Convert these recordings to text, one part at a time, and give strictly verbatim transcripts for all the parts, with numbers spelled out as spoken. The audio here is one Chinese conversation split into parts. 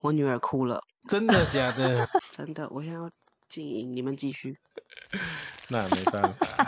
我女儿哭了。 真的假的？ 真的，我现在要静音，你们继续。 那没办法。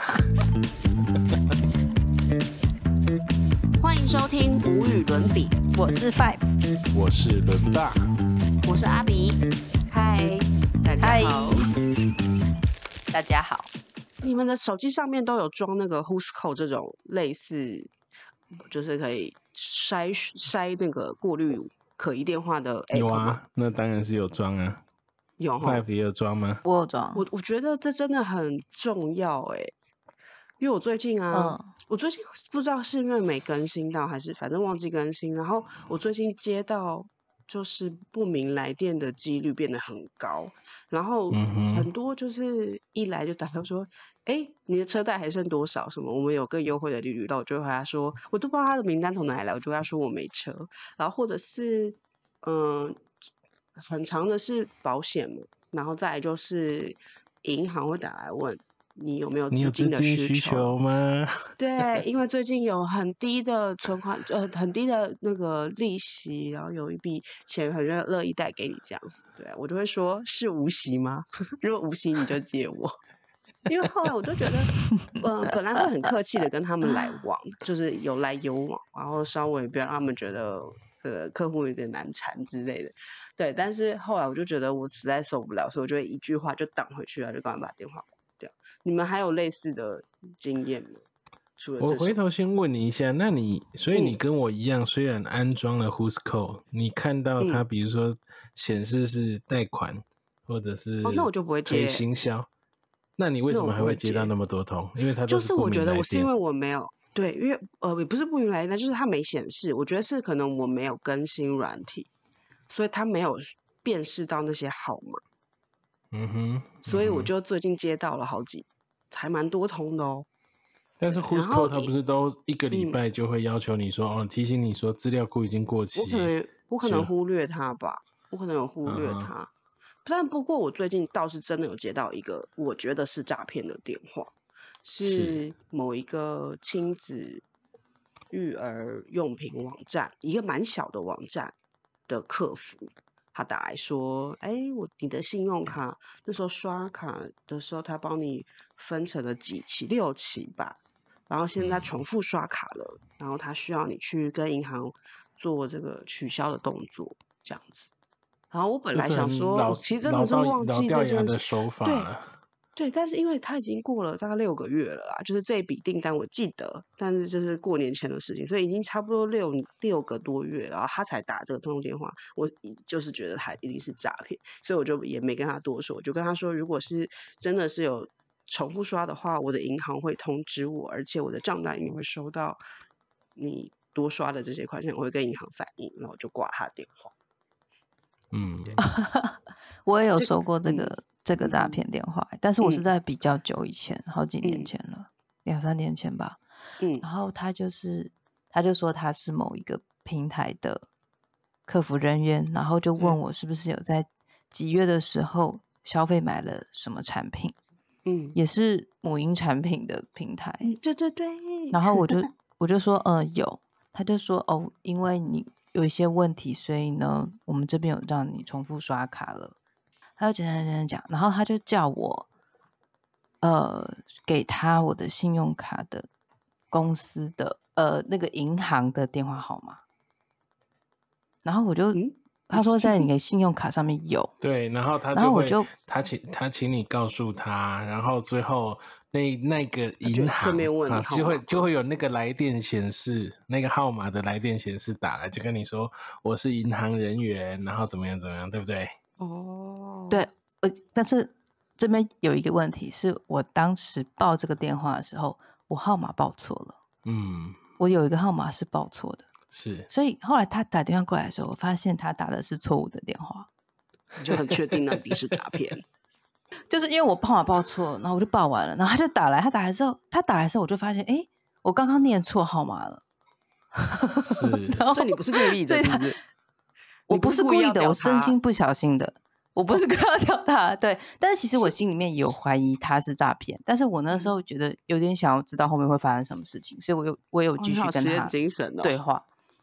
欢迎收听无与伦比， 我是 Five， 我是伦大， 我是阿比。嗨，大家好。 大家好。 你们的手机上面都有装那个 Whoscall 这种类似，就是可以筛筛那个过滤可疑电话的 app 吗？ 有啊，那当然是有装啊。 有齁 Five 也有装吗？ 我有装。 我我觉得这真的很重要哎、欸，因为我最近啊、嗯，我最近不知道是因为没更新到，还是反正忘记更新，然后我最近接到就是不明来电的几率变得很高，然后很多就是一来就打到说，哎、欸，你的车贷还剩多少？什么我们有更优惠的利率，然后我就回他说，我都不知道他的名单从哪里来，我就跟他说我没车，然后或者是嗯。很长的是保险，然后再来就是银行会打来问你有没有资金的需求， 你有资金需求吗？ 对，因为最近有很低的存款，呃，很低的那个利息，然后有一笔钱很乐意贷给你这样，对我就会说是无息吗？如果无息你就借我。因为后来我就觉得，呃，本来会很客气的跟他们来往，就是有来有往，然后稍微不要让他们觉得这个客户有点难缠之类的，对。但是后来我就觉得我实在受不了，所以我就会一句话就挡回去了，就赶快把电话挂掉。你们还有类似的经验吗？除了这我回头先问你一下，那你所以你跟我一样，嗯、虽然安装了 Whoscall， 你看到它比如说显示是贷款、嗯、或者是哦，那我就不会接可以行销。那你为什么还会接到那么多通？因为它都是不明来电。就是我觉得我是因为我没有对，因为呃也不是不明来电，就是它没显示。我觉得是可能我没有更新软体，所以它没有辨识到那些号码。 嗯哼，嗯哼， 所以我就最近接到了好几，还蛮多通的哦。 但是 Whoscall 它不是都一个礼拜就会要求你说、嗯、哦，提醒你说资料库已经过期。 我可能我可能忽略它吧，我可能有忽略它。嗯但不过我最近倒是真的有接到一个我觉得是诈骗的电话，是某一个亲子育儿用品网站，一个蛮小的网站的客服，他打来说，哎、欸，我你的信用卡那时候刷卡的时候，他帮你分成了几期，六期吧，然后现在重复刷卡了，然后他需要你去跟银行做这个取消的动作，这样子。然后我本来想说，我其实真的是忘记这件事， 手法对对，但是因为它已经过了大概六个月了啦，就是这笔订单我记得，但是这是过年前的事情，所以已经差不多六六个多月了，然后他才打这个通电话，我就是觉得他一定是诈骗，所以我就也没跟他多说，我就跟他说，如果是真的是有重复刷的话，我的银行会通知我，而且我的账单也会收到你多刷的这些款项，我会跟银行反映，然后我就挂他电话。 嗯， 我也有收过这个、嗯、这个诈骗电话、 嗯， 但是我是在比较久以前，嗯、好几年前了，两、嗯、三年前吧。 嗯， 然后他就是他就说他是某一个平台的客服人员，然后就问我是不是有在几月的时候消费买了什么产品， 嗯， 也是母婴产品的平台。 嗯，对对对。 然后我就我就说嗯、呃、有，他就说哦，因为你有一些问题，所以呢，我们这边有让你重复刷卡了。他就简单简单讲，然后他就叫我，呃，给他我的信用卡的公司的呃那个银行的电话号码。然后我就、嗯、他说在你的信用卡上面有， 对，然后他就会，然后我就他请他请你告诉他，然后最后那那个银行啊就会就会有那个来电显示，那个号码的来电显示打来，就跟你说我是银行人员，然后怎么样怎么样，对不对？ 哦， 对，呃，但是这边有一个问题是，我当时报这个电话的时候，我号码报错了。 嗯， 我有一个号码是报错的。 是， 所以后来他打电话过来的时候，我发现他打的是错误的电话， 你就很确定那底是诈骗。 就是因为我号码报错，然后我就报完了，然后他就打来，他打来之后，他打来的时候，我就发现，哎，我刚刚念错号码了。 是， 所以你不是故意的，是不是？ 我不是故意的，我是真心不小心的。我不是故意要钓他，对，但是其实我心里面有怀疑他是诈骗，但是我那时候觉得有点想要知道后面会发生什么事情，所以我有我有继续跟他精神对话。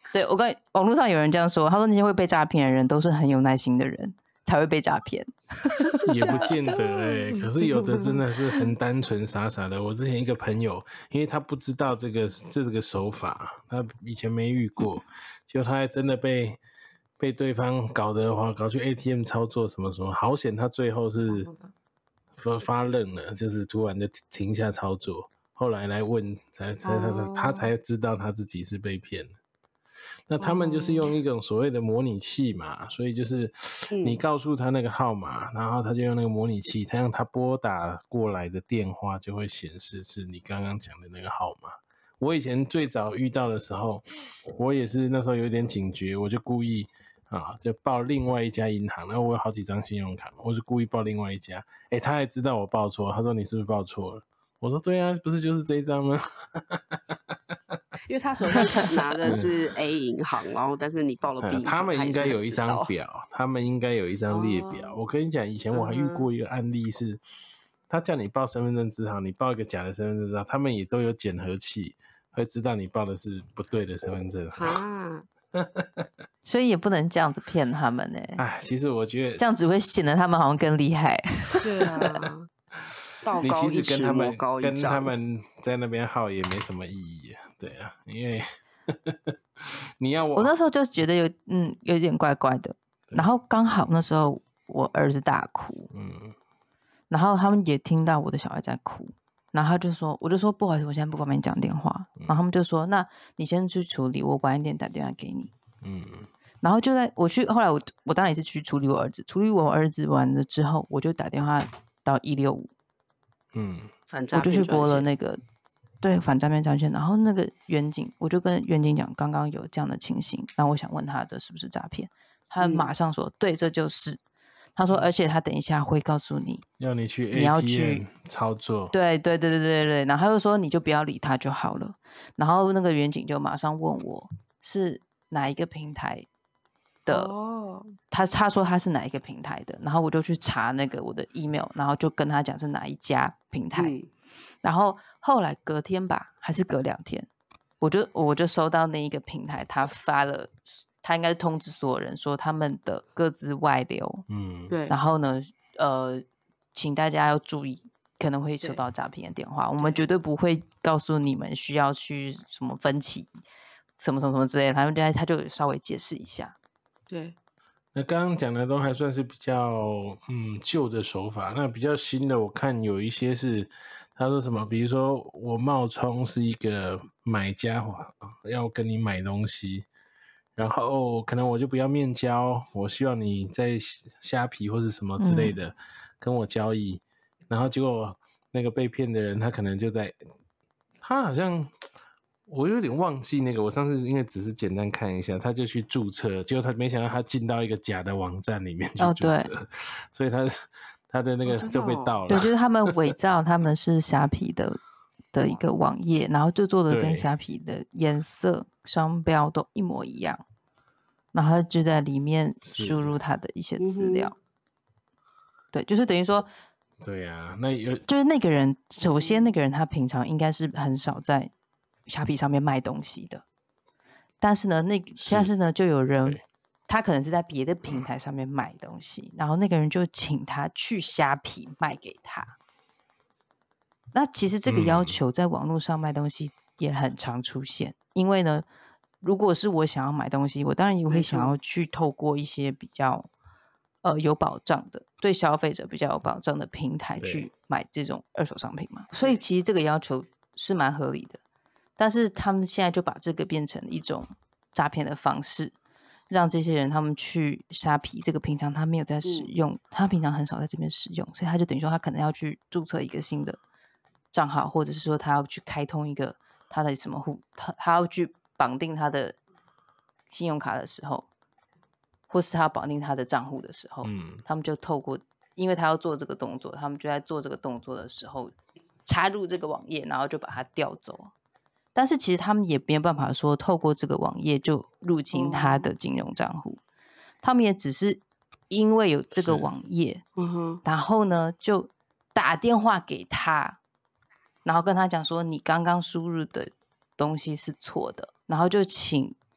对，我跟网络上有人这样说，他说那些会被诈骗的人都是很有耐心的人才会被诈骗。 也不见得哎、欸，可是有的真的是很单纯傻傻的。我之前一个朋友，因为他不知道这个这个手法，他以前没遇过，就他还真的被被对方搞得话，搞去 A T M 操作什么什么，好险他最后是发发愣了，就是突然就停下操作，后来来问才才他他他才知道他自己是被骗了。那他们就是用一种所谓的模拟器嘛，所以就是你告诉他那个号码，然后他就用那个模拟器，他让他拨打过来的电话就会显示是你刚刚讲的那个号码。我以前最早遇到的时候，我也是那时候有点警觉，我就故意啊，就报另外一家银行，然后我有好几张信用卡，我就故意报另外一家，哎，他还知道我报错，他说你是不是报错了？我说对啊，不是就是这一张吗？ 因为他手上拿的是 A 银行，然后但是你报了 B 银行， 他们应该有一张表， 他们应该有一张列表。 哦、 我跟你讲，以前我还遇过一个案例是，嗯、他叫你报身份证字号，你报一个假的身份证字号，他们也都有检核器，会知道你报的是不对的身份证号。 所以也不能这样子骗他们呢、欸。 哎，其实我觉得这样只会显得他们好像更厉害。 对啊。 你其实跟他们跟他们在那边耗也没什么意义、啊，对啊，因为你要我， 我那时候就觉得有嗯有点怪怪的，然后刚好那时候我儿子大哭，嗯，然后他们也听到我的小孩在哭，然后他就说，我就说不好意思，我现在不方便讲电话，嗯、然后他们就说，那你先去处理，我晚一点打电话给你，嗯，然后就在我去后来我我当然也是去处理我儿子，处理我儿子完了之后，我就打电话到一六五。 嗯， 我就去拨了那个对反诈骗专线，然后那个员警，我就跟员警讲刚刚有这样的情形，然后我想问他这是不是诈骗，他马上说、嗯、对，这就是，他说而且他等一下会告诉你要你去 A T M 你要去操作， 对对对对对对，然后他就说你就不要理他就好了，然后那个员警就马上问我是哪一个平台的、哦、他他说他是哪一个平台的，然后我就去查那个我的 email， 然后就跟他讲是哪一家平台、嗯、然后后来隔天吧还是隔两天我就我就收到那一个平台他发了，他应该是通知所有人说他们的各自外流，嗯，对，然后呢呃请大家要注意可能会收到诈骗的电话，我们绝对不会告诉你们需要去什么分期什么什么什么之类的，反正他就稍微解释一下。对， 那刚刚讲的都还算是比较嗯旧的手法，那比较新的我看有一些是他说什么，比如说我冒充是一个买家要跟你买东西，然后可能我就不要面交，我希望你在虾皮或是什么之类的跟我交易、嗯、然后结果那个被骗的人他可能就在他好像我有点忘记那个，我上次因为只是简单看一下，他就去注册，结果他没想到他进到一个假的网站里面去注册、哦、所以他他的那个就被盗了、哦、 对，就是他们伪造他们是虾皮的的一个网页，然后就做的跟虾皮的颜色商标都一模一样，然后就在里面输入他的一些资料、嗯、对，就是等于说对啊，那有就是那个人，首先那个人他平常应该是很少在虾皮上面卖东西的，但是呢，那但是呢，就有人他可能是在别的平台上面卖东西，然后那个人就请他去虾皮卖给他。那其实这个要求在网络上卖东西也很常出现，嗯、因为呢，如果是我想要买东西，我当然也会想要去透过一些比较呃有保障的，对消费者比较有保障的平台去买这种二手商品嘛，所以其实这个要求是蛮合理的。但是他们现在就把这个变成一种诈骗的方式，让这些人他们去虾皮这个平常他没有在使用、嗯、他平常很少在这边使用，所以他就等于说他可能要去注册一个新的账号，或者是说他要去开通一个他的什么户，他他要去绑定他的信用卡的时候，或是他要绑定他的账户的时候、嗯、他们就透过，因为他要做这个动作，他们就在做这个动作的时候插入这个网页，然后就把它调走。但是其实他们也没有办法说透过这个网页就入侵他的金融账户、哦、他们也只是因为有这个网页、嗯、然后呢就打电话给他，然后跟他讲说你刚刚输入的东西是错的，然后就请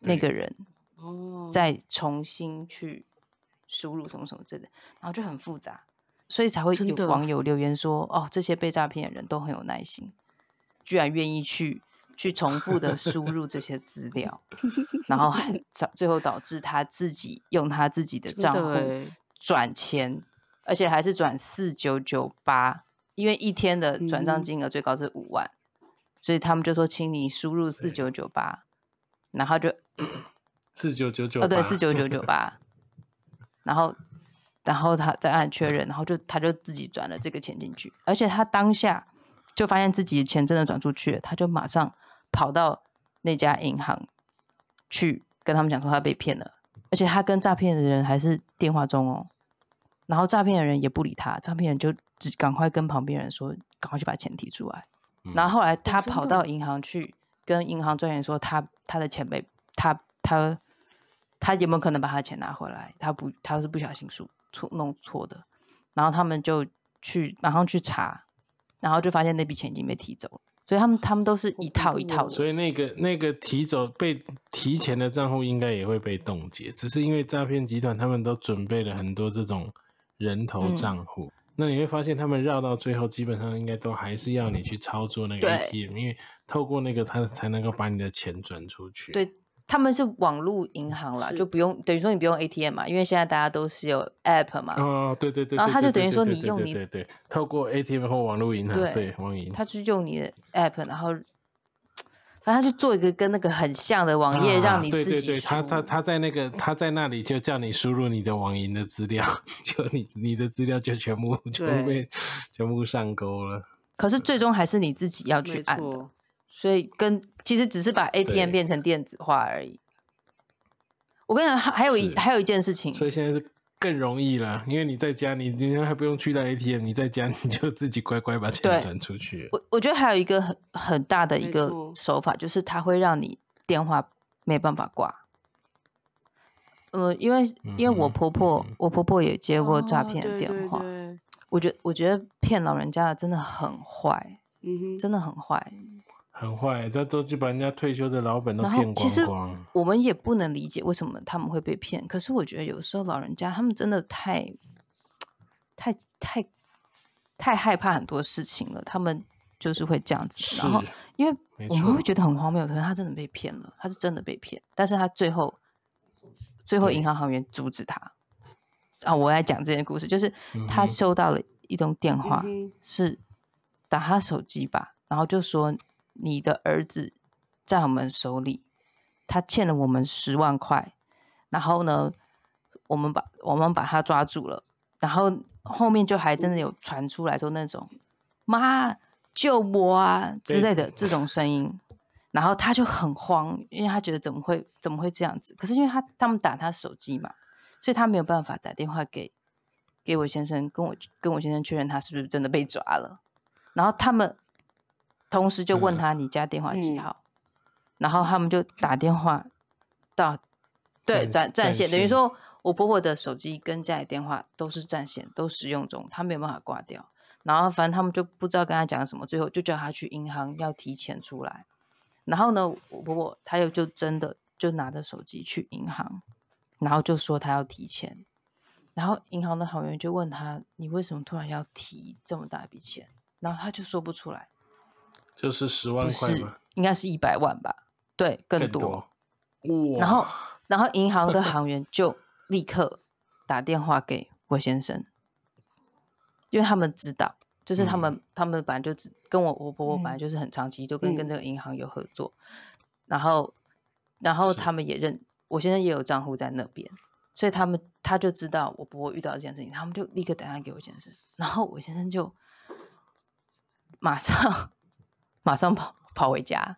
那个人哦， 再重新去输入什么什么之类的，然后就很复杂，所以才会有网友留言说：“哦，这些被诈骗的人都很有耐心，居然愿意去去重复的输入这些资料，然后最后导致他自己用他自己的账户转钱，而且还是转四九九八，因为一天的转账金额最高是五万，嗯、所以他们就说，请你输入四九九八，然后就四九九九哦，对，四九九九八，然后。”然后他再按确认，然后就他就自己转了这个钱进去，而且他当下就发现自己的钱真的转出去了，他就马上跑到那家银行去跟他们讲说他被骗了，而且他跟诈骗的人还是电话中哦，然后诈骗的人也不理他，诈骗人就只赶快跟旁边人说赶快去把钱提出来，嗯、然后后来他跑到银行去跟银行专员说他他的钱被他他他有没有可能把他的钱拿回来，他不他是不小心输错弄错的，然后他们就去马上去查，然后就发现那笔钱已经被提走了，所以他们他们都是一套一套的。 所以那个那个提走被提钱的账户应该也会被冻结，只是因为诈骗集团他们都准备了很多这种人头账户、嗯，那你会发现他们绕到最后基本上应该都还是要你去操作那个 A T M， 因为透过那个他才能够把你的钱转出去。 对。他们是网络银行啦，就不用等于说你不用 A T M 嘛，因为现在大家都是有 App 嘛。 哦，对对对。 然后他就等于说你用你对对对，透过 A T M 或网络银行，对, 对网银， 他就用你的 App， 然后反正他就做一个跟那个很像的网页，啊、让你自己输。对对对， 他他他在那个他在那里就叫你输入你的网银的资料，就你你的资料就全部就被全部上钩了。 可是最终还是你自己要去按的。所以跟其实只是把 A T M 变成电子化而已。我跟你讲，还有一还有一件事情， 所以现在是更容易了，因为你在家，你你还不用去到 A T M， 你在家你就自己乖乖把钱转出去。 我我觉得还有一个很很大的一个手法，就是它会让你电话没办法挂。呃，因为因为我婆婆、嗯、我婆婆也接过诈骗的电话，哦、对对对，我觉得我觉得骗老人家的真的很坏，嗯哼，真的很坏。 很坏，他都就把人家退休的老本都骗光光。 其实我们也不能理解为什么他们会被骗，可是我觉得有时候老人家他们真的太、太、太、太害怕很多事情了，他们就是会这样子。然后，因为我们会觉得很荒谬，可是他真的被骗了，他是真的被骗，但是他最后，最后银行行员阻止他。啊，我来讲这件故事，就是他收到了一通电话，嗯、是打他手机吧，然后就说。你的儿子在我们手里，他欠了我们十万块，然后呢，我们把我们把他抓住了，然后后面就还真的有传出来说那种妈救我啊之类的这种声音，然后他就很慌，因为他觉得怎么会怎么会这样子？可是因为他他们打他手机嘛，所以他没有办法打电话给给我先生，跟我跟我先生确认他是不是真的被抓了，然后他们。同时就问他你家电话几号、嗯、然后他们就打电话到对占占线，等于说我婆婆的手机跟家里电话都是占线，都使用中，他没有办法挂掉，然后反正他们就不知道跟他讲什么，最后就叫他去银行要提钱出来，然后呢我婆婆她又就真的就拿着手机去银行，然后就说他要提钱，然后银行的行员就问他你为什么突然要提这么大一笔钱，然后他就说不出来， 就是十万块吗？ 应该是一百万吧，对，更多。 更多然后，然后银行的行员就立刻打电话给我先生，因为他们知道，就是他们、嗯、他们本来就只跟我我婆婆本来就是很长期就跟、嗯、跟这个银行有合作，然后，然后他们也认我先生也有账户在那边，所以他们他就知道我婆婆遇到这件事情，他们就立刻打电话给我先生，然后我先生就马上。马上跑跑回家，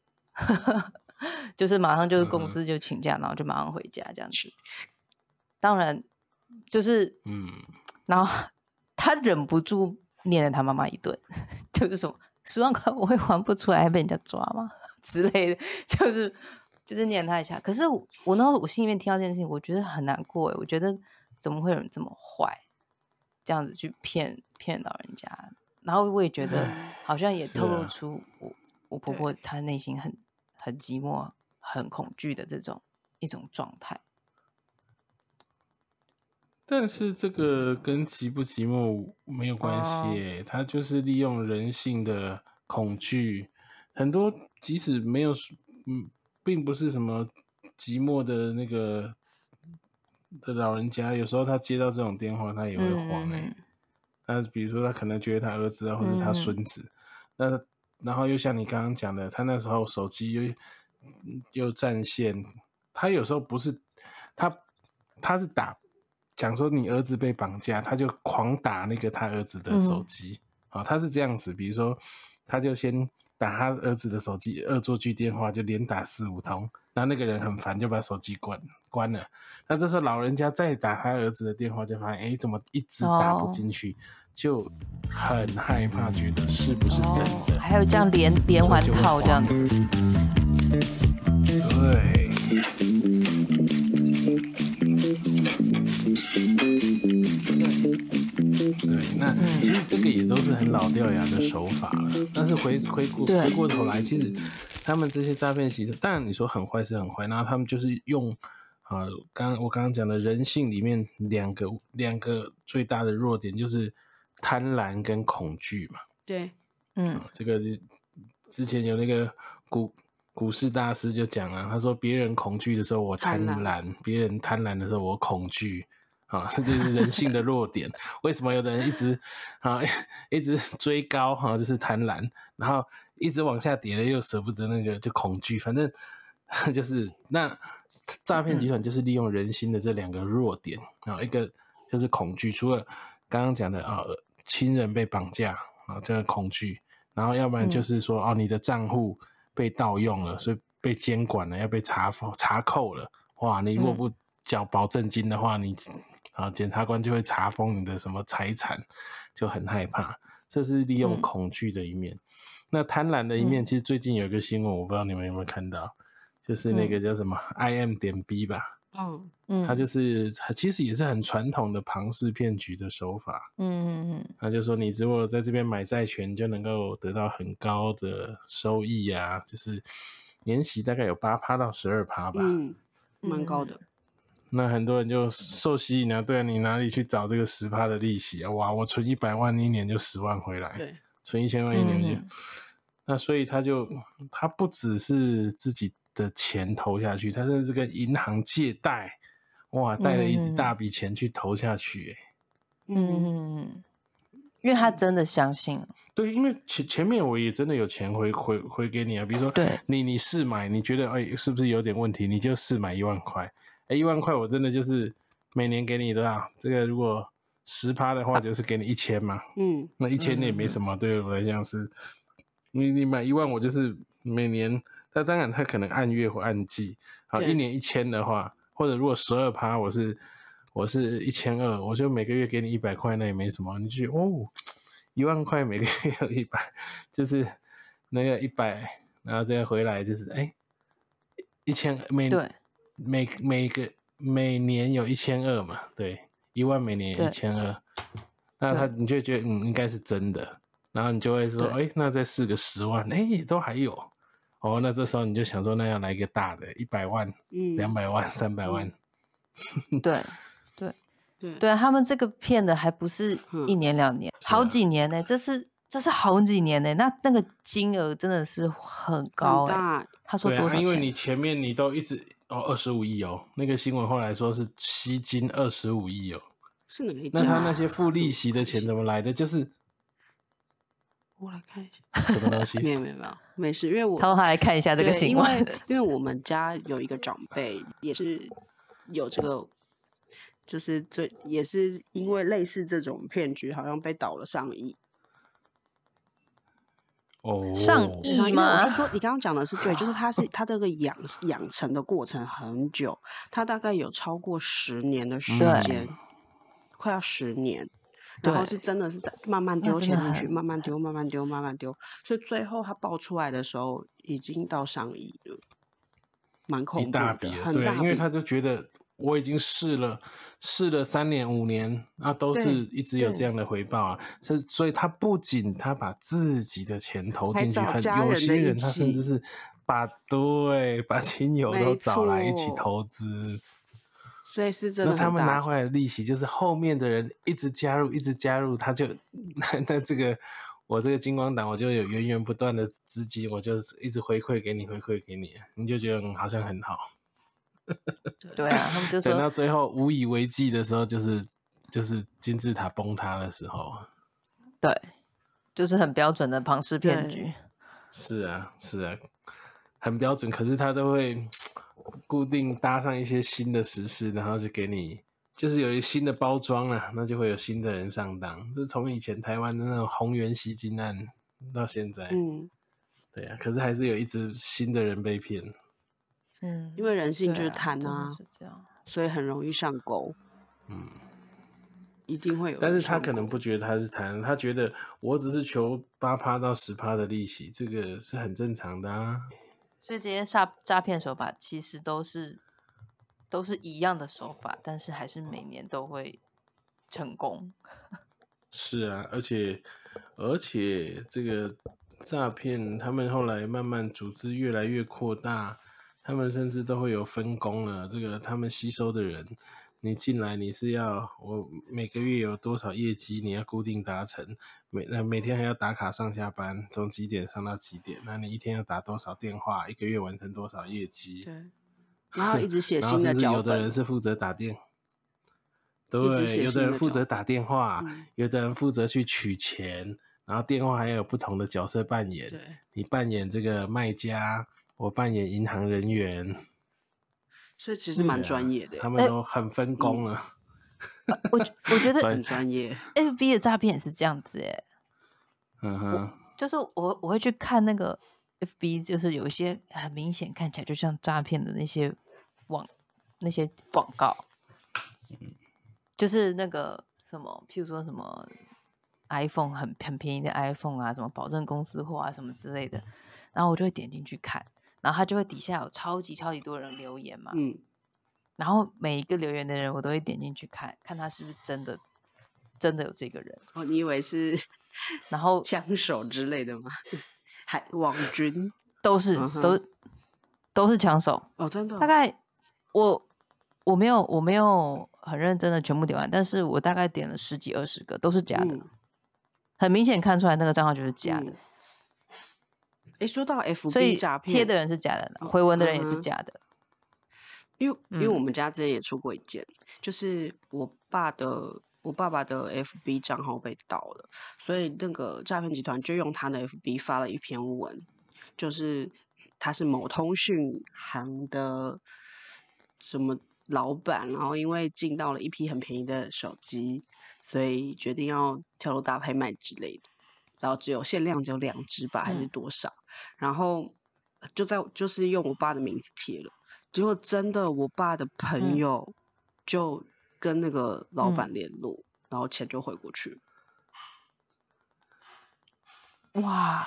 就是马上就是公司就请假，然后就马上回家这样子。当然，就是嗯，然后他忍不住念了他妈妈一顿，就是说十万块我会还不出来，还被人家抓吗之类的，就是就是念他一下。可是我我那我心里面听到这件事情，我觉得很难过，我觉得怎么会有人这么坏，这样子去骗骗老人家。然后我也觉得好像也透露出我、啊、我婆婆她内心很很寂寞很恐惧的这种一种状态。 但是这个跟寂不寂寞没有关系耶，哦、它就是利用人性的恐惧，很多即使没有，嗯，并不是什么寂寞的那个的老人家，有时候他接到这种电话，他也会慌哎、欸。那、嗯、比如说他可能觉得他儿子啊，或者他孙子，嗯、那然后又像你刚刚讲的，他那时候手机又又占线，他有时候不是他他是打。讲说你儿子被绑架，他就狂打那个他儿子的手机、嗯哦、他是这样子，比如说他就先打他儿子的手机恶作剧电话，就连打四五通，然后那个人很烦就把手机关关了，那这时候老人家再打他儿子的电话就发现哎，怎么一直打不进去、哦、就很害怕，觉得是不是真的、哦、 还有这样连连环套这样子， 对对，那其实这个也都是很老掉牙的手法了。但是回回过回过头来，其实他们这些诈骗集团，当然你说很坏是很坏，然后他们就是用啊，刚我刚刚讲的人性里面两个两个最大的弱点，就是贪婪跟恐惧嘛。 对， 嗯， 啊、这个之前有那个股股市大师就讲啊，他说别人恐惧的时候我贪婪，别人贪婪的时候我恐惧。啊，这就是人性的弱点。为什么有的人一直啊一直追高哈、啊，就是贪婪，然后一直往下跌了又舍不得那个就恐惧，反正就是那诈骗集团就是利用人心的这两个弱点啊，一个就是恐惧，除了刚刚讲的啊亲人被绑架啊这个恐惧，然后要不然就是说哦你的账户被盗用了，所以被监管了，要被查查扣了，哇，你如果不缴保证金的话，你啊，检察官就会查封你的什么财产，就很害怕。这是利用恐惧的一面。嗯、那贪婪的一面，其实最近有一个新闻，我不知道你们有没有看到，就是那个叫什么 I M 点 B 吧。 嗯嗯， 他就是其实也是很传统的庞氏骗局的手法。 嗯嗯嗯， 他就说你如果在这边买债权，就能够得到很高的收益啊，就是年息大概有八趴到十二趴吧。 嗯，蛮高的。 那很多人就受吸引啊，对啊，你哪里去找这个十趴的利息啊？哇，我存一百万，一年就十万回来， 对， 存一千万一年就， 嗯、 那所以他就他不只是自己的钱投下去，他甚至跟银行借贷，哇，贷了一大笔钱去投下去、欸， 嗯嗯嗯，因为他真的相信了。 对，因为前前面我也真的有钱回回回给你啊，比如说你你试买，你觉得哎、欸、是不是有点问题，你就试买一万块。哎，一万块我真的就是每年给你多少？这个如果十趴的话，就是给你一千嘛。嗯，那一千也没什么，对我来讲是，你你买一万，我就是每年，那当然他可能按月或按季，好，一年一千的话，或者如果十二趴，我是我是一千二，我就每个月给你一百块，那也没什么，你就觉得哦，一万块每个月有一百，就是那个一百，然后再回来就是哎，一千每对。 每每个每年有一千二嘛，对，一万每年一千二，那他你就会觉得嗯应该是真的，然后你就会说，哎、欸，那再试个十万，哎、欸，都还有，哦，那这时候你就想说，那要来一个大的，一百万、两百、嗯、万、三百万， 嗯、对对对对，他们这个骗的还不是一年两年，嗯、好几年呢、欸，这是这是好几年呢、欸，那那个金额真的是很高哎、欸，他说多少钱？ 对啊，因为你前面你都一直。哦，二十五亿哦，那个新闻后来说是吸金二十五亿哦， 是哪一家？ 那他那些付利息的钱怎么来的？就是我来看一下，什么东西？ 没有没有没有，没事，因为我他来看一下这个新闻， 因为因为我们家有一个长辈也是有这个，就是最也是因为类似这种骗局，好像被倒了上亿。 哦， 上亿吗？ 我就说你刚刚讲的是对，就是他是他这个养养成的过程很久，他大概有超过十年的时间，快要十年，然后是真的是慢慢丢钱进去，慢慢丢，慢慢丢，慢慢丢，所以最后他爆出来的时候已经到上亿了，蛮恐怖的， 一大笔了，对，因为他就觉得我已经试了试了三年五年，那都是一直有这样的回报啊。是，所以他不仅他把自己的钱投进去， 还找很有家人的一些人他甚至起， 是把对把亲友都没找来一起错， 投资。 所以是真那的很大。 他们拿回来的利息，就是后面的人一直加入，一直加入，他就那那这个我这个金光党，我就有源源不断的资金，我就一直回馈给你，回馈给你，你就觉得嗯好像很好。 对啊，他们就说等到最后无以为继的时候，就是就是金字塔崩塌的时候。 对，就是很标准的庞氏骗局。 对， 是啊，是啊，很标准，可是他都会固定搭上一些新的时事，然后就给你，就是有一个新的包装啊，那就会有新的人上当。这从以前台湾的那种宏源吸金案到现在， 嗯， 对啊，可是还是有一直新的人被骗。 嗯， 因为人性就是对啊，真的贪啊， 是这样。 所以很容易上钩， 嗯， 一定会有但人上是他可能不钩。 觉得他是贪，他觉得我只是求八趴到十趴的利息，这个是很正常的啊。 所以这些诈诈骗手法其实都是都是一样的手法，但是还是每年都会成功。 是啊，而且而且这个诈骗，他们后来慢慢组织越来越扩大，他们甚至都会有分工了。这个他们吸收的人，你进来你是要我每个月有多少业绩，你要固定达成，每呃每天还要打卡上下班，从几点上到几点，那你一天要打多少电话，一个月完成多少业绩， 对，然后一直写然后新的甚至有的脚本， 人是负责打电。对， 一直写有的人负责新的脚打电话， 嗯， 有的人负责去取钱，然后电话还有不同的角色扮演。 对， 你扮演这个卖家，我扮演银行人员。 所以其实蛮对啊， 专业的耶， 他们都很分工了。 我觉我觉得专很专业。 F B 的诈骗也是这样子哎， 嗯哼， 就是我我会去看那个 F B，就是有一些很明显看起来就像诈骗的那些网那些广告，就是那个什么，譬如说什么 iPhone 很很便宜的 iPhone 啊，什么保证公司货啊什么之类的，然后我就会点进去看，然后他就会底下有超级超级多人留言嘛， 嗯， 然后每一个留言的人我都会点进去看看他是不是真的真的有这个人， 哦，你以为是然后枪手之类的吗？海网军都是、 嗯哼都都是枪手， 哦，真的哦大概我我没有我没有很认真的全部点完，但是我大概点了十几二十个都是假的， 嗯很明显看出来那个账号就是假的， 嗯。哎，说到所 F B 以诈骗， 贴的人是假的， 哦回文的人也是嗯哼假的。 因为因为我嗯们家之前也出过一件，就是我爸的我爸爸的 F B 账号被盗了，所以那个诈骗集团就用他的 F B 发了一篇文，就是他是某通讯行的什么老板，然后因为进到了一批很便宜的手机，所以决定要跳楼大拍卖之类的，然后只有限量只有两只吧，还是嗯多少，然后就在就是用我爸的名字贴了。结果真的，我爸的朋嗯友就跟那个老嗯， 板联络，然后钱就汇过去了。 哇，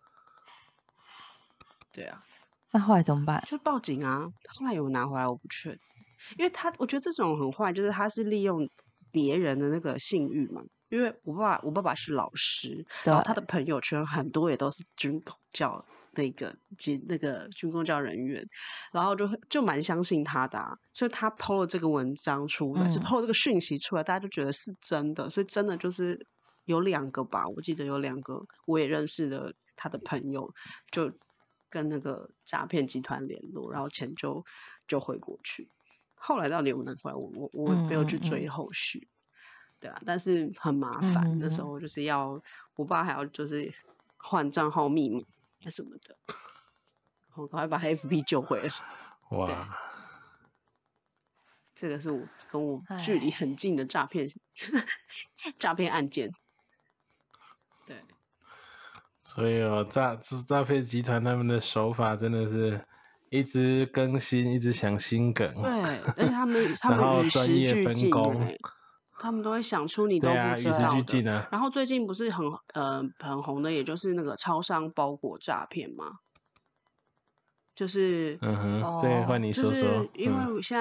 对啊， 那后来怎么办？ 就报警啊。后来有拿回来，我不确定，因为他我觉得这种很坏，就是他是利用别人的那个信誉嘛。因为我爸爸我爸爸是老师， 对然后他的朋友圈很多也都是军工教那个军那个军工教人员，然后就就蛮相信他的啊，所以他 po 了这个文章出来，是嗯 po 这个讯息出来，大家就觉得是真的，所以真的就是有两个吧，我记得有两个我也认识的他的朋友就跟那个诈骗集团联络，然后钱就就汇过去。后来到底有没有拿回来，我我我没有去追后续。对啊，但是很麻烦， 嗯嗯那时候就是要我爸还要就是换账号密码什么的，我赶快把 F B 救回来。对， 哇， 这个是我跟我距离很近的诈骗诈骗案件。对， 所以哦，诈诈骗集团他们的手法真的是一直更新，一直想新梗， 对，而且他们他然们与后专业时俱进分工， 哎、他们都会想出你对啊， 都不知与时道的。 俱进啊。 然后最近不是很呃很红的，也就是那个超商包裹诈骗嘛，就是嗯哼，这个哦换你就说说是，因嗯为现在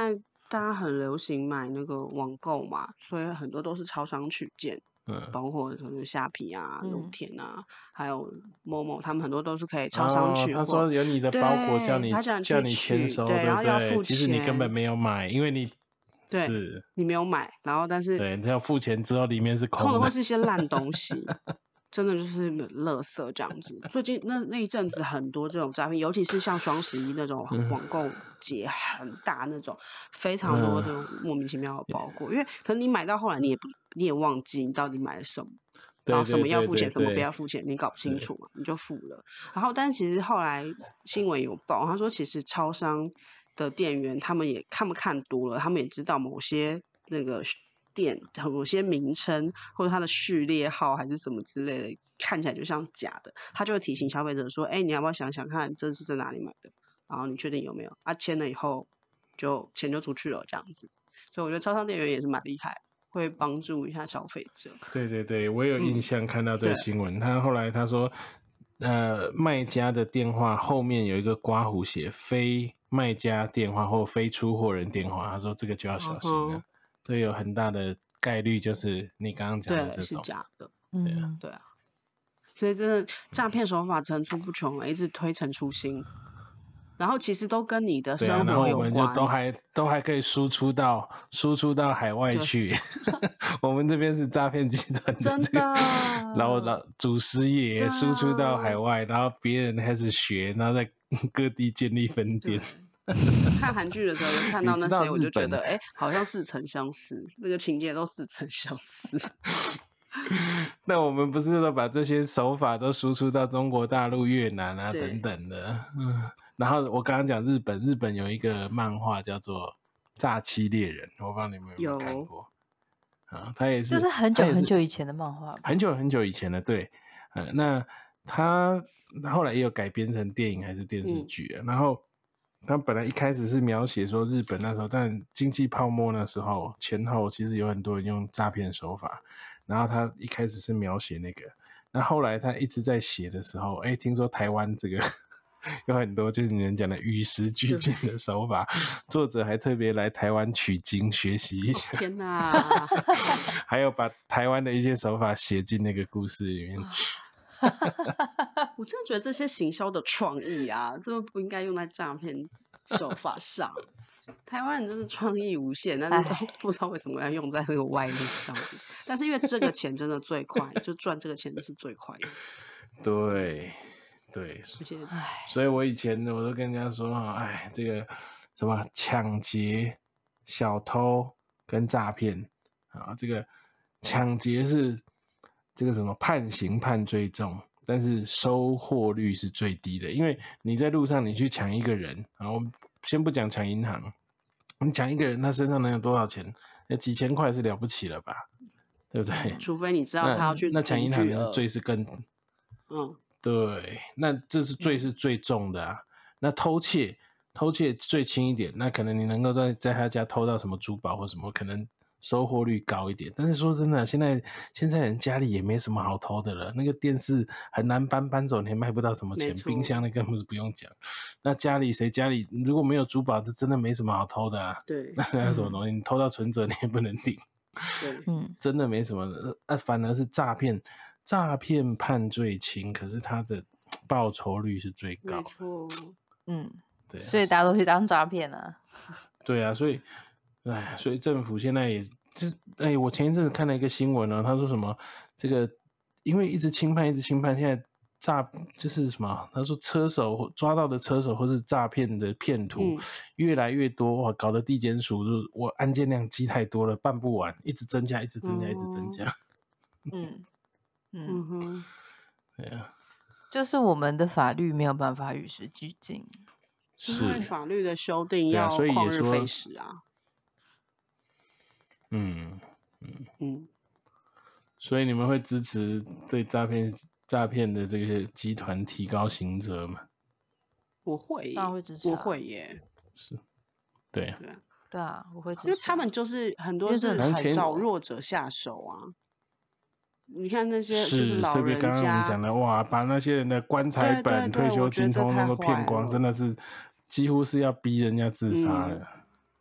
大家很流行买那个网购嘛，所以很多都是超商取件， 嗯， 包括可能虾皮啊、露嗯， 天啊，还有某某，他们很多都是可以超商哦，他取货。 说有你的包裹叫对， 你他讲去叫你签取， 收， 对， 对不对？ 然后要付其实你根本钱， 没有买，因为你对是你没有买，然后但是对，你要付钱之后里面是通常空的。 会是一些烂东西，真的就是垃圾这样子。最近那那一阵子很多这种诈骗，尤其是像双十一那种网购节很大那种，非常多嗯， 这种莫名其妙的包裹，因为可能你买到后来你也不你也忘记你到底买了什么。然对后什么要对对对付钱，什么不对， 要付钱，你搞不清是， 楚嘛，你就付了。然后，但是其实后来新闻有报，他说其实超商的店员他们也看不看多了，他们也知道某些那个店某些名称或者它的序列号还是什么之类的，看起来就像假的，他就会提醒消费者说：“哎，你要不要想想看，这是在哪里买的？然后你确定有没有？啊，签了以后就钱就出去了，这样子。”所以我觉得超商店员也是蛮厉害，会帮助一下消费者。 对对对，我有印嗯， 象看到这个对， 新闻。他后来他说，呃，卖家的电话后面有一个刮胡写非卖家电话或非出货人电话，他说这个就要嗯小心了， 哼， 这有很大的概率就是你刚刚讲的对，是这种。 假的， 对啊， 嗯， 对啊，所以真的诈骗手法层出不穷，一直推陈出新，然后其实都跟你的对啊， 生活然后我们就有关， 都还都还可以输出到输出到海外对， 去。我们这边是诈骗集团的真这个，然后的， 老祖师对爷输出到海啊， 外，然后别人开始学，然后在各地建立分店。 对。看韩剧的时候就看你知道到那些，我日本就觉得，哎、好像似曾相识，那个情节都似曾相识。 那我们不是都把这些手法都输出到中国大陆、越南啊等对， 等的？嗯，然后我刚刚讲日本，日本有一个漫画叫做《诈欺猎人》，我不知道你们有没有看有， 过啊？他也是， 这是很久他也是很久以前的漫画吧？ 很久很久以前的，对，嗯，那他后来也有改编成电影还是电视嗯剧啊，然后他本来一开始是描写说日本那时候，但经济泡沫那时候前后，其实有很多人用诈骗手法，然后他一开始是描写那个，那后来他一直在写的时候，哎，听说台湾这个有很多就是你们讲的与时俱进的手法，作者还特别来台湾取经学习一哦下， 天哪！ 还有把台湾的一些手法写进那个故事里面去。 我真的觉得这些行销的创意啊，这不应该用在诈骗手法上。台湾人真的创意无限，但是都唉， 不知道为什么要用在那个歪理上面。但是因为这个钱真的最快，就赚这个钱是最快的， 对对， 而且唉， 所以我以前我都跟人家说哈，哎，这个什么抢劫、小偷跟诈骗啊，这个抢劫是这个什么判刑判最重，但是收获率是最低的，因为你在路上你去抢一个人，然后先不讲抢银行，你抢一个人他身上能有多少钱？那几千块是了不起了吧？对不对？ 除非你知道他要那去那抢赌银行的巨额， 罪是更嗯， 对，那这是罪是最重的啊。那偷窃，偷窃最轻一点，那可能你能够在在他家偷到什么珠宝或什么，可能收获率高一点。但是说真的，现在现在人家里也没什么好偷的了。那个电视很难搬，搬走你也卖不到什么钱。 没错， 冰箱那根本是不用讲。那家里谁家里如果没有珠宝，这真的没什么好偷的啊。 对那那有什么东西？你偷到存折你也不能领。 对， 嗯， 真的没什么的，呃，反而是诈骗，诈骗判最轻，可是它的报酬率是最没高。 错， 嗯， 对啊， 所以大家都去当诈骗啊。 对啊，所以，哎，所以政府现在也，这，哎，我前一阵子看了一个新闻呢，他说什么，这个因为一直轻判，一直轻判，现在诈就是什么？他说车手抓到的车手或是诈骗的骗徒嗯， 越来越多，哇，搞得地检署就是我案件量积太多了，办不完，一直增加，一直增加，一直增哦， 加。 嗯嗯， 嗯哼， 对啊， 就是我们的法律没有办法与时俱进。 因为是， 法律的修订对啊， 要所以也旷日费说， 时啊， 嗯， 嗯， 所以你们会支持对诈骗诈骗的这个集团提高刑责吗？ 我会耶， 当然会支持我啊， 会耶， 是，对啊， 对啊， 对啊，我会因为支持啊， 他们就是很多因为这是然后前很太多了。 找弱者下手啊。你看那些就是是老人特别刚刚我们家， 讲的，哇，把那些人的棺材对对本、退对， 休我觉得这太金通通都骗光， 坏了。 真的是几乎是要逼人家自杀嗯， 了。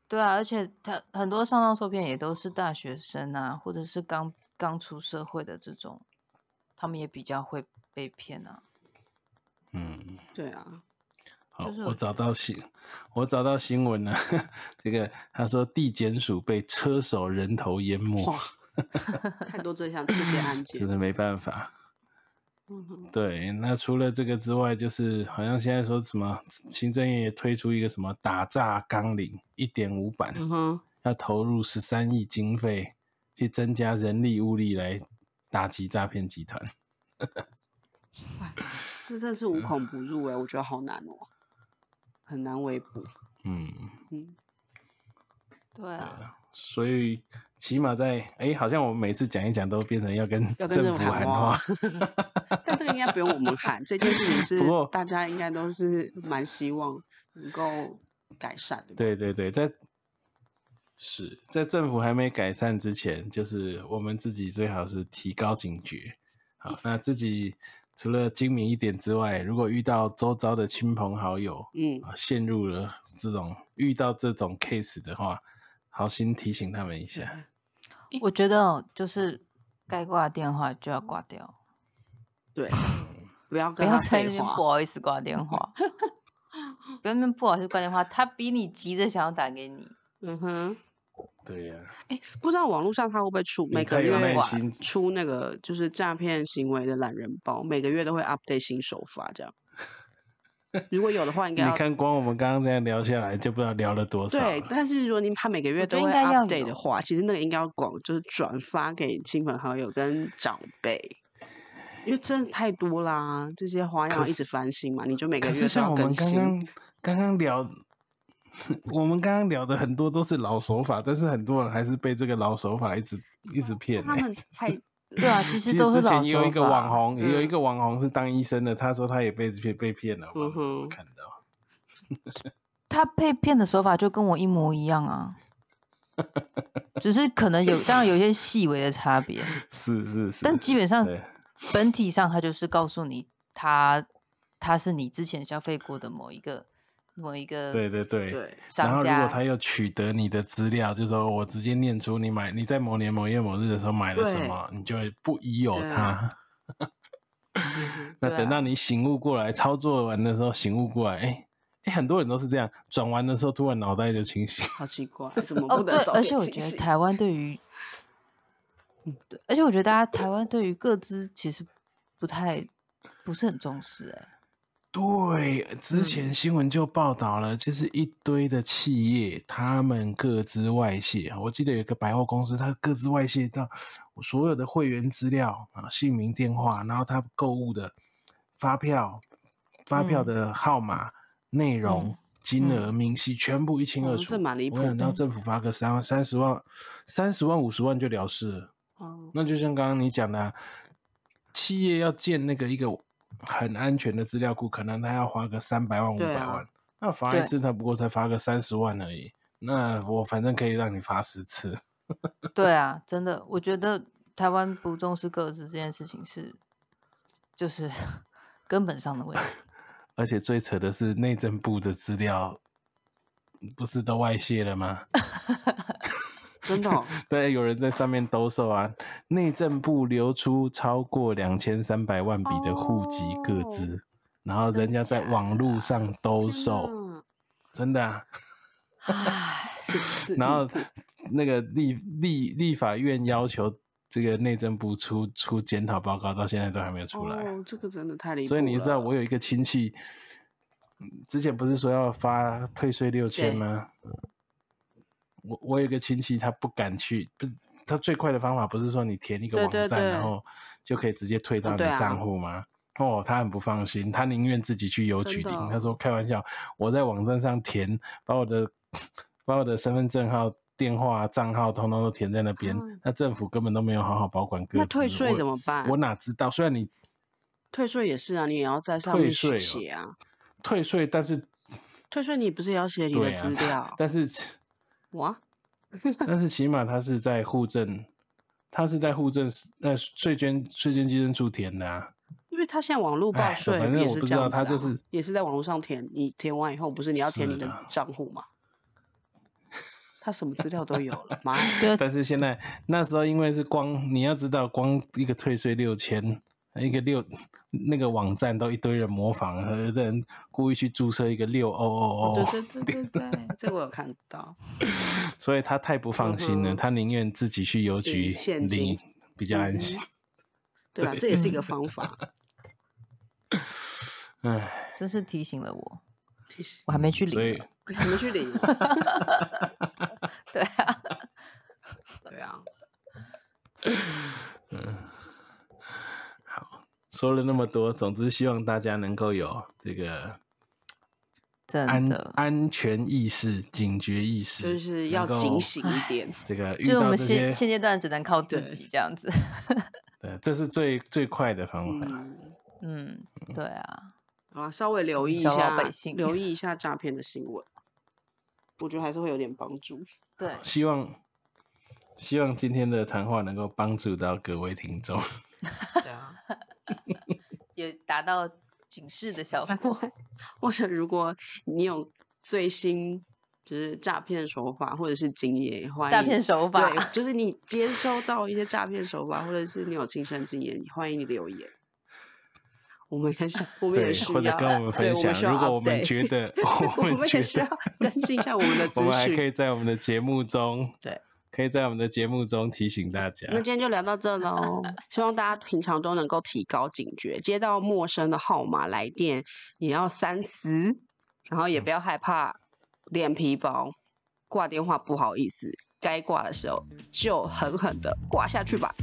对啊，而且他很多上当受骗也都是大学生啊，或者是刚刚出社会的这种，他们也比较会被骗啊。 嗯， 对啊， 好， 就是我找到新，我找到新闻了。这个他说地检署被车手人头淹没， 哇，太多这项这些案件， 真的没办法。 嗯哼， 对，那除了这个之外，就是好像现在说什么行政院也推出一个什么打诈纲领一点五版， 嗯哼， 要投入十三亿经费去增加人力物力来打击诈骗集团。 哎，这真的是无孔不入哎、我觉得好难哦，很难围捕。 嗯， 嗯， 对啊， 所以起码在哎，好像我们每次讲一讲都变成要跟要跟政府府喊喊话话。但这个应该不用我们喊，这件事情是不过大家应该都是蛮希望能够改善的吧。 对对对，在是在政府还没改善之前，就是我们自己最好是提高警觉。好，那自己除了精明一点之外，如果遇到周遭的亲朋好友， 嗯， 啊，陷入了这种遇到这种 case 的话，好心提醒他们一下。 我觉得哦就是该挂电话就要挂掉， 对，不要不要跟他废在那边不话。 好意思挂电话，不要那边不好意思挂电话，他比你急着想要打给你。 嗯哼， 对呀、 哎，不知道网络上他会不会出每个你太有月耐心出那个就是诈骗行为的懒人包，每个月都会 update 新手法这样。如果有的话，应该要你看，光我们刚刚这样聊下来，就不知道聊了多少对。 了。 但是如果你他每个月我觉得都会应该要 update 的有话，其实那个应该要广就是转发给亲朋好友跟长辈，因为真的太多啦，这些花样一直翻新嘛，你就每个可月都要是像我们更新。 刚刚刚刚聊，我们刚刚聊的很多都是老手法，但是很多人还是被这个老手法一直一直骗、欸。 他们太对啊，其其实之实都是老前也有一个手法网红，也有一嗯个网红是当医生的，他说他也被骗被骗了，我嗯哼我看到。 他被骗的手法就跟我一模一样啊，只是可能有，当然有一些细微的差别， 是是是， 但基本上对本体上他就是告诉你他他是你之前消费过的某一个某一个对对对。 对， 然商后如果家， 他又取得你的资料，就说我直接念出你买你在某年某月某日的时候买了什么，你就会不疑有他。 嗯哼那对啊等到你醒悟过来，操作完的时候醒悟过来，哎、哎、很多人都是这样，转完的时候突然脑袋就清醒。 好奇怪，怎么哦对， 不能早而且我点清醒？ 觉得台湾对于，对，而且我觉得大家台湾对于各资其实不太不是很重视哎、 对，之嗯前新闻就报道了，就是一堆的企业，他们各自外泄。我记得有一个百货公司，它各自外泄到所有的会员资料啊、姓名、电话，然后他购物的发票、发票的号码、内容、 嗯金额、明细，全部一清二哦， 楚。 这蛮离谱我想，然后的。 政府发个三三十万、三十万、五十万就了事了。 哦， 那就像刚刚你讲的、啊，企业要建那个一个很安全的资料库，可能他要花个三百万、五对啊百万。那罚一次，他不过才罚个三十万而已。那我反正可以让你罚十次。 对啊，真的，我觉得台湾不重视个资这件事情是就是根本上的问题。 而且最扯的是，内政部的资料不是都外泄了吗？ 真的、哦， 对，有人在上面兜售啊，内政部流出超过两千三百万笔的户籍个资， 哦然后人家在网络上兜天售， 哪真的啊。 唉， 是是然后离谱那个立立立法院要求这个内政部出出检讨报告，到现在都还没有出来。 哦，这个真的太离谱了。 所以你知道我有一个亲戚，嗯之前不是说要发退税六千吗？我我有一个亲戚，他不敢去，不，他最快的方法不是说你填一个网站， 对对对然后就可以直接退到你的哦对啊账户吗？哦，他很不放心，他宁愿自己去邮局真的领。他说开玩笑，我在网站上填，把我的把我的身份证号、电话、账号通通都填在那边， 嗯那政府根本都没有好好保管个资。 那退税怎么办我？我哪知道？虽然你退税也是啊，你也要在上面退税哦写啊。 退税，但是退税你不是也要写你的对啊， 资料？ 但是哇， 但是起码他是在户政，他是在户政那税捐税捐稽征处填的啊。 因为他现在网络报哎税反正我不知也是这样子、啊， 道他就是也是在网络上填，你填完以后不是你要填你的是啊账户吗？ 他什么资料都有了，妈呀！ 对， 但是现在那时候因为是光，你要知道，光一个退税六千，一个六那个网站都一堆人模仿，有的人故意去注册一个六哦哦对哦， 对对对对，这个我有看到。 所以他太不放心了， 嗯哼他宁愿自己去邮局领现金领，比较安心。 对啦，这也是一个方法。 唉， 真是提醒了我， 其实我还没去所以领呢。 还没去领。 对啊， 对啊， 好，说了那么多，总之希望大家能够有这个安真的， 安全意识、警觉意识， 就是要能够警醒一点。 这个遇就是我们到这些现，现阶段只能靠自对己这样子。 对，这是最最快的方法。 嗯， 嗯，对啊， 好啦，稍微留意一小老下百，姓留意一下诈骗的新闻，我觉得还是会有点帮助。 对， 希望希望今天的谈话能够帮助到各位听众。 对啊， 有达到警示的效果。 或者如果你有最新就是诈骗手法或者是经验，欢迎诈骗手法对，就是你接收到一些诈骗手法，或者是你有亲身经验，欢迎你留言。我们很想，我们也对， 需要， 或者跟我们对， 分享。 我们需要如果我们 update 觉得， 我我们觉们也需要得， 更新一下我们的资我们还可讯。 以在我们的节目中， 对， 可以在我们的节目中提醒大家。 那今天就聊到这喽，希望大家平常都能够提高警觉，接到陌生的号码来电也要三思，然后也不要害怕脸皮薄，挂电话不好意思，该挂的时候就狠狠的挂下去吧。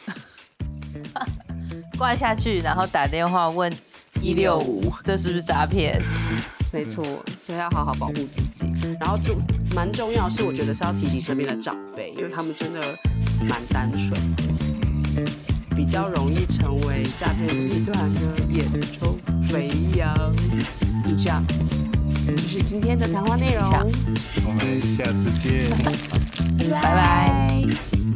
挂下去，然后打电话问一六五，这是不是诈骗？ 没错，所以要好好保护自己。然后就蛮重要的是，我觉得是要提醒身边的长辈，因为他们真的蛮单纯的，比较容易成为诈骗集团的眼中飞扬。以上就是今天的谈话内容， 我们下次见。 拜拜。